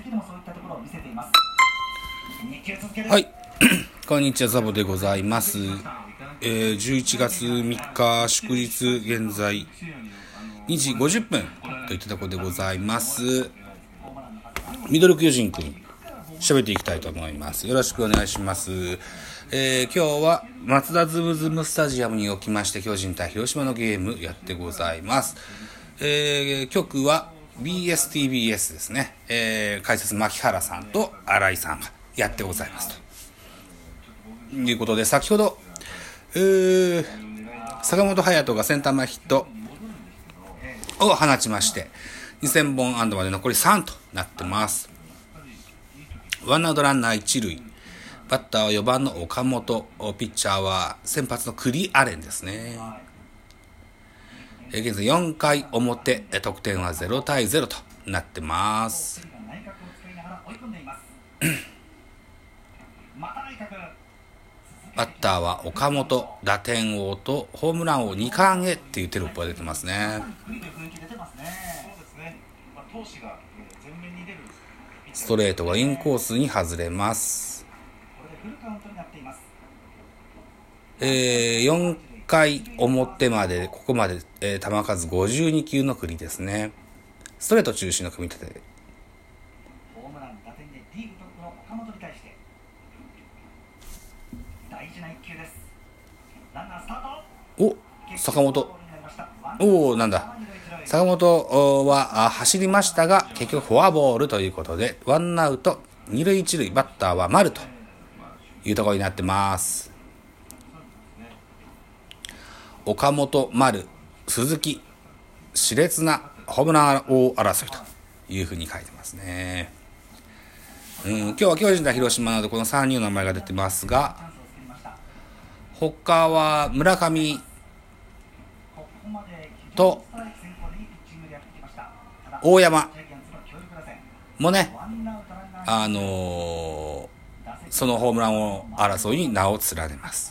はい、こんにちは、ザボでございます。11月3日祝日、現在2時50分といったところでございます。ミドル巨人くん喋っていきたいと思います。よろしくお願いします。今日はマツダズムズムスタジアムにおきまして巨人対広島のゲームやってございます。局は BSTBS ですね。解説牧原さんと新井さんがやってございますということで、先ほど坂本勇人がセンター前ヒットを放ちまして2000本安打まで残り3となってます。ワンアウトランナー1塁、バッターは4番の岡本、ピッチャーは先発のクリアレンですね。現在4回表、得点は0対0となってます。バッターは岡本、打点王とホームラン王2冠へっていうテロップが出てますね。ストレートがインコースに外れます。4回表までここまで、球数52球の栗ですね。ストレート中心の組み立て。ホームラン打点でリーグトップの岡本に対して大事な1球です。ランナースタート。お、坂本。なんだ。坂本は走りましたが結局フォアボールということでワンアウト2塁1塁、バッターは丸というところになってます。岡本、丸、鈴木、熾烈なホームラン王争いというふうに書いてますね。今日は巨人対広島などこの3人の名前が出てますが、他は村上と大山もね、そのホームラン王争いに名を連ねます。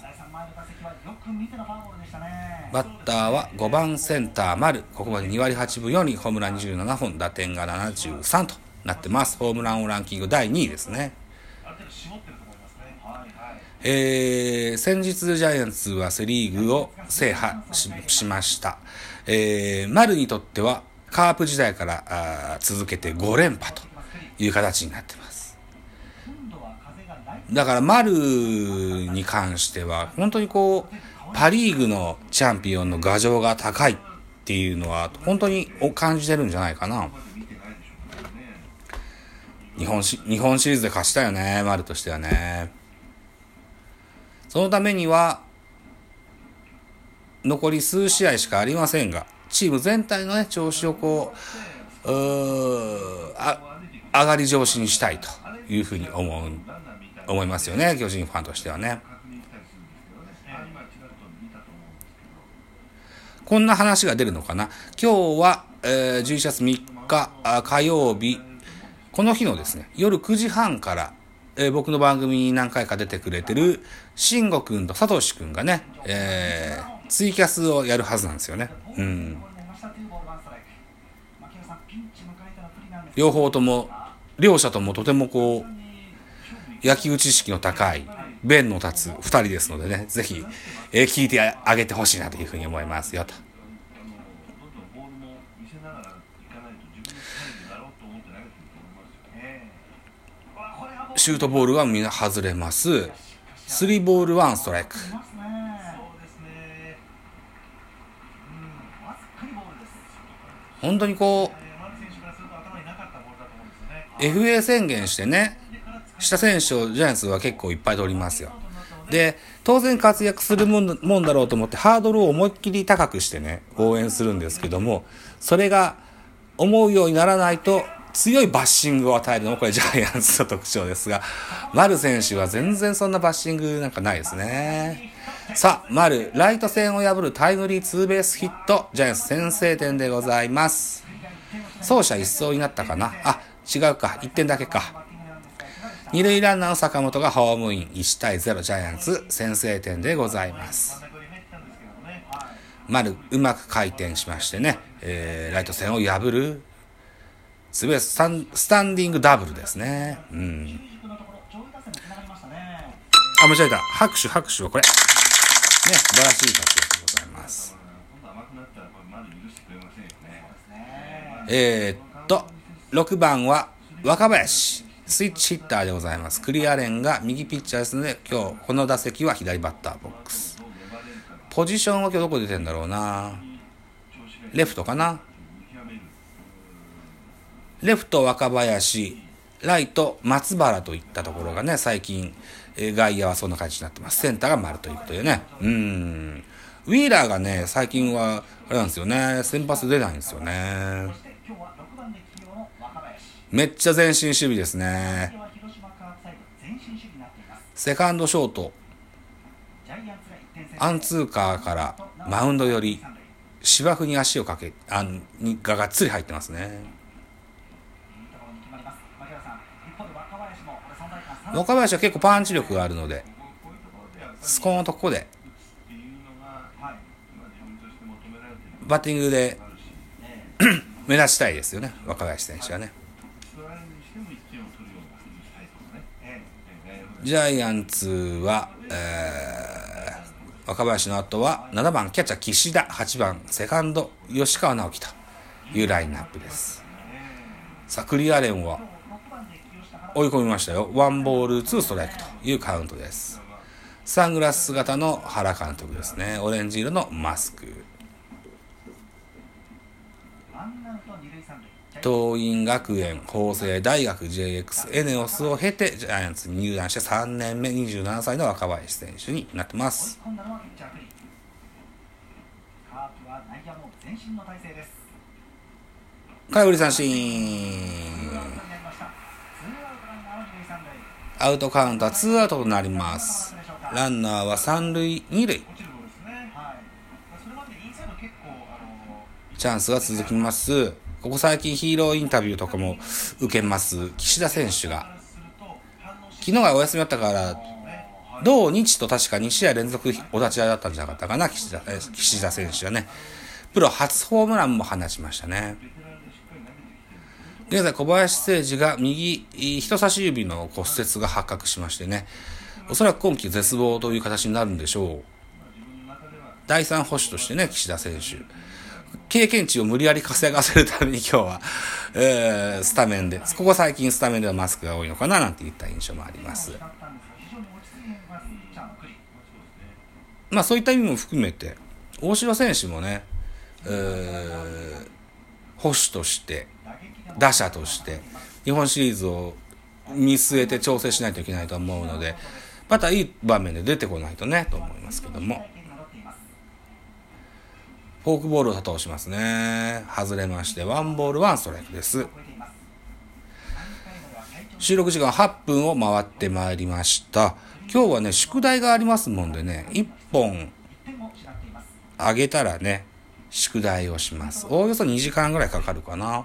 バッターは5番センター丸、ここまで2割8分4厘、ホームラン27本、打点が73となってます。ホームラン王ランキング第2位ですね。先日ジャイアンツはセリーグを制覇 しました。丸にとってはカープ時代から続けて5連覇という形になってます。だから丸に関しては本当にパリーグのチャンピオンの牙城が高いっていうのは本当に感じてるんじゃないかな。日本シリーズで勝ちたよね、丸としてはね。そのためには残り数試合しかありませんが、チーム全体のね調子を上がり調子にしたいというふうに思いますよね、巨人ファンとしてはね。こんな話が出るのかな。今日は、11月3日火曜日、この日のですね夜9時半から、僕の番組に何回か出てくれてる慎吾くんとサトシくんがね、ツイキャスをやるはずなんですよね。両者ともとても野球知識の高い弁の立つ2人ですのでね、ぜひ、聞いてあげてほしいなというふうに思いますよと。シュートボールはみんな外れます。3ボール1ストライク。本当にFA 宣言してねした選手をジャイアンツは結構いっぱい取りますよ。で当然活躍するもんだろうと思ってハードルを思いっきり高くしてね応援するんですけども、それが思うようにならないと強いバッシングを与えるのもこれジャイアンツの特徴ですが、丸選手は全然そんなバッシングなんかないですね。さあ丸、ライト線を破るタイムリーツーベースヒット、ジャイアンツ先制点でございます。走者一掃になったかな。違うか、1点だけか。二塁ランナーの坂本がホームイン、1対0、ジャイアンツ先制点でございます。丸うまく回転しましてね、ライト線を破るツーベーススタンディングダブルですね。間違えた。拍手はこれ。ね、素晴らしい活躍でございます。6番は若林。スイッチヒッターでございます。クリアレンが右ピッチャーですので、今日この打席は左バッターボックス。ポジションは今日どこ出てんだろうな。レフトかな。レフト若林、ライト松原といったところがね、最近外野はそんな感じになってます。センターが丸ということでね。ウィーラーがね、最近はあれなんですよね、先発出ないんですよね。めっちゃ前進守備ですね。セカンドショートアンツーカーからマウンド寄り、芝生に足をかけがっつり入ってますね。若林は結構パンチ力があるので、スコーンとここでバッティングで目立ちたいですよね、若林選手はね。ジャイアンツは、若林の後は7番キャッチャー岸田、8番セカンド吉川直樹というラインナップです。さあクリアレンは追い込みましたよ。ワンボールツーストライクというカウントです。サングラス姿の原監督ですね。オレンジ色のマスク。桐蔭学園、法政大学 JX エネオスを経てジャイアンツに入団して3年目、27歳の若林選手になってます。空振り三振。アウトカウントは2アウトとなります。ランナーは3塁2塁。チャンスが続きます。ここ最近ヒーローインタビューとかも受けます岸田選手が、昨日はお休みだったから同日と確か2試合連続お立ち会いだったんじゃなかったかな。岸田選手はね、プロ初ホームランも放ちましたね。現在小林誠司が右人差し指の骨折が発覚しましてね、おそらく今季絶望という形になるんでしょう。第3捕手としてね、岸田選手経験値を無理やり稼がせるために今日は、スタメンで、ここ最近スタメンではマスクが多いのかななんていった印象もあります。まあそういった意味も含めて大城選手もね、捕手として打者として日本シリーズを見据えて調整しないといけないと思うので、またいい場面で出てこないとねと思いますけども。フォークボールを多投しますね。外れましてワンボールワンストライクです。収録時間8分を回ってまいりました。今日はね宿題がありますもんでね、1本あげたらね宿題をします。おおよそ2時間ぐらいかかるかな。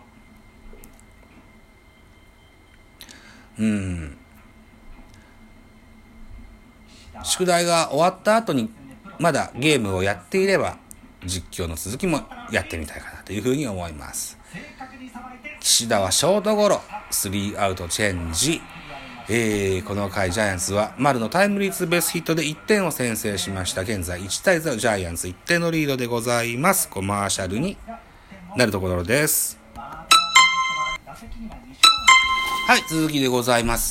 宿題が終わった後にまだゲームをやっていれば実況の続きもやってみたいかなというふうに思います。岸田はショートゴロ、3アウトチェンジ。この回ジャイアンツは丸のタイムリーツーベースヒットで1点を先制しました。現在1対0、ジャイアンツ1点のリードでございます。コマーシャルになるところです。はい、続きでございます。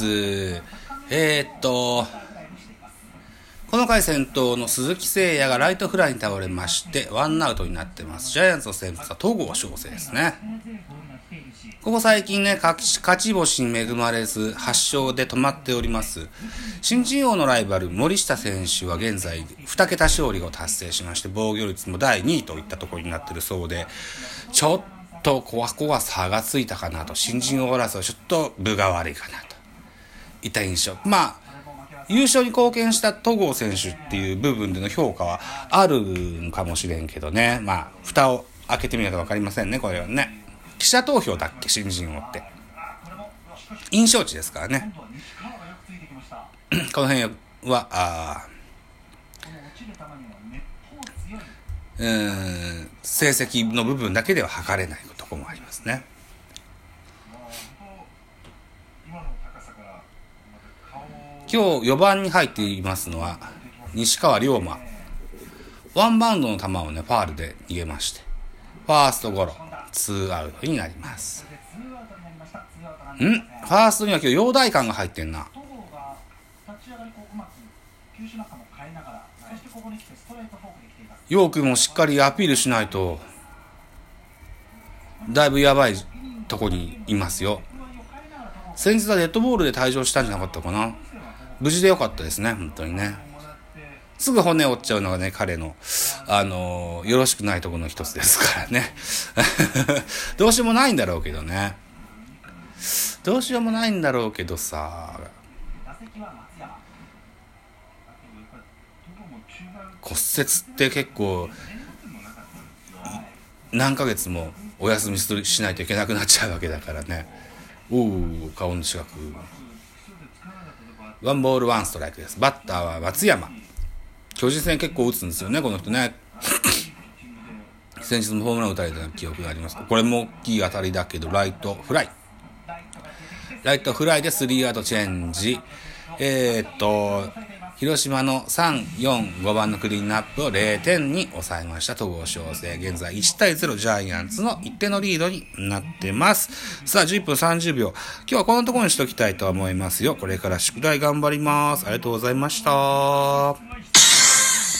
この回先頭の鈴木誠也がライトフライに倒れましてワンアウトになってます。ジャイアンツの先発は戸郷翔征ですね。ここ最近ね勝ち星に恵まれず8勝で止まっております。新人王のライバル森下選手は現在2桁勝利を達成しまして、防御率も第2位といったところになっているそうで、ちょっとここは差がついたかなと、新人王争いちょっと分が悪いかなといった印象。まあ優勝に貢献した戸郷選手っていう部分での評価はあるんかもしれんけどね、まあ蓋を開けてみないと分かりませんね。これはね記者投票だっけ、新人王って印象値ですからねこの辺は成績の部分だけでは測れないところもありますね。 今日4番に入っていますのは西川龍馬。ワンバウンドの球をねファールで逃げまして、ファーストゴロ、2アウトになります。ファーストには今日陽大館が入ってんな。陽君もしっかりアピールしないとだいぶやばいとこにいますよ。先日はデッドボールで退場したんじゃなかったかな。無事でよかったですね、本当にね。すぐ骨折っちゃうのがね彼のよろしくないところの一つですからねどうしようもないんだろうけどね、どうしようもないんだろうけどさ、骨折って結構何ヶ月もお休みしないといけなくなっちゃうわけだからね。顔の近く。ワンボールワンストライクです。バッターは松山。巨人戦結構打つんですよねこの人ね先日もホームラン打たれた記憶があります。これも大きい当たりだけどライトフライで3アウトチェンジ。広島の3、4、5番のクリーンアップを0点に抑えました戸郷翔征。現在1対0ジャイアンツの1点のリードになってます。さあ11分30秒。今日はこのところにしときたいと思いますよ。これから宿題頑張ります。ありがとうございました。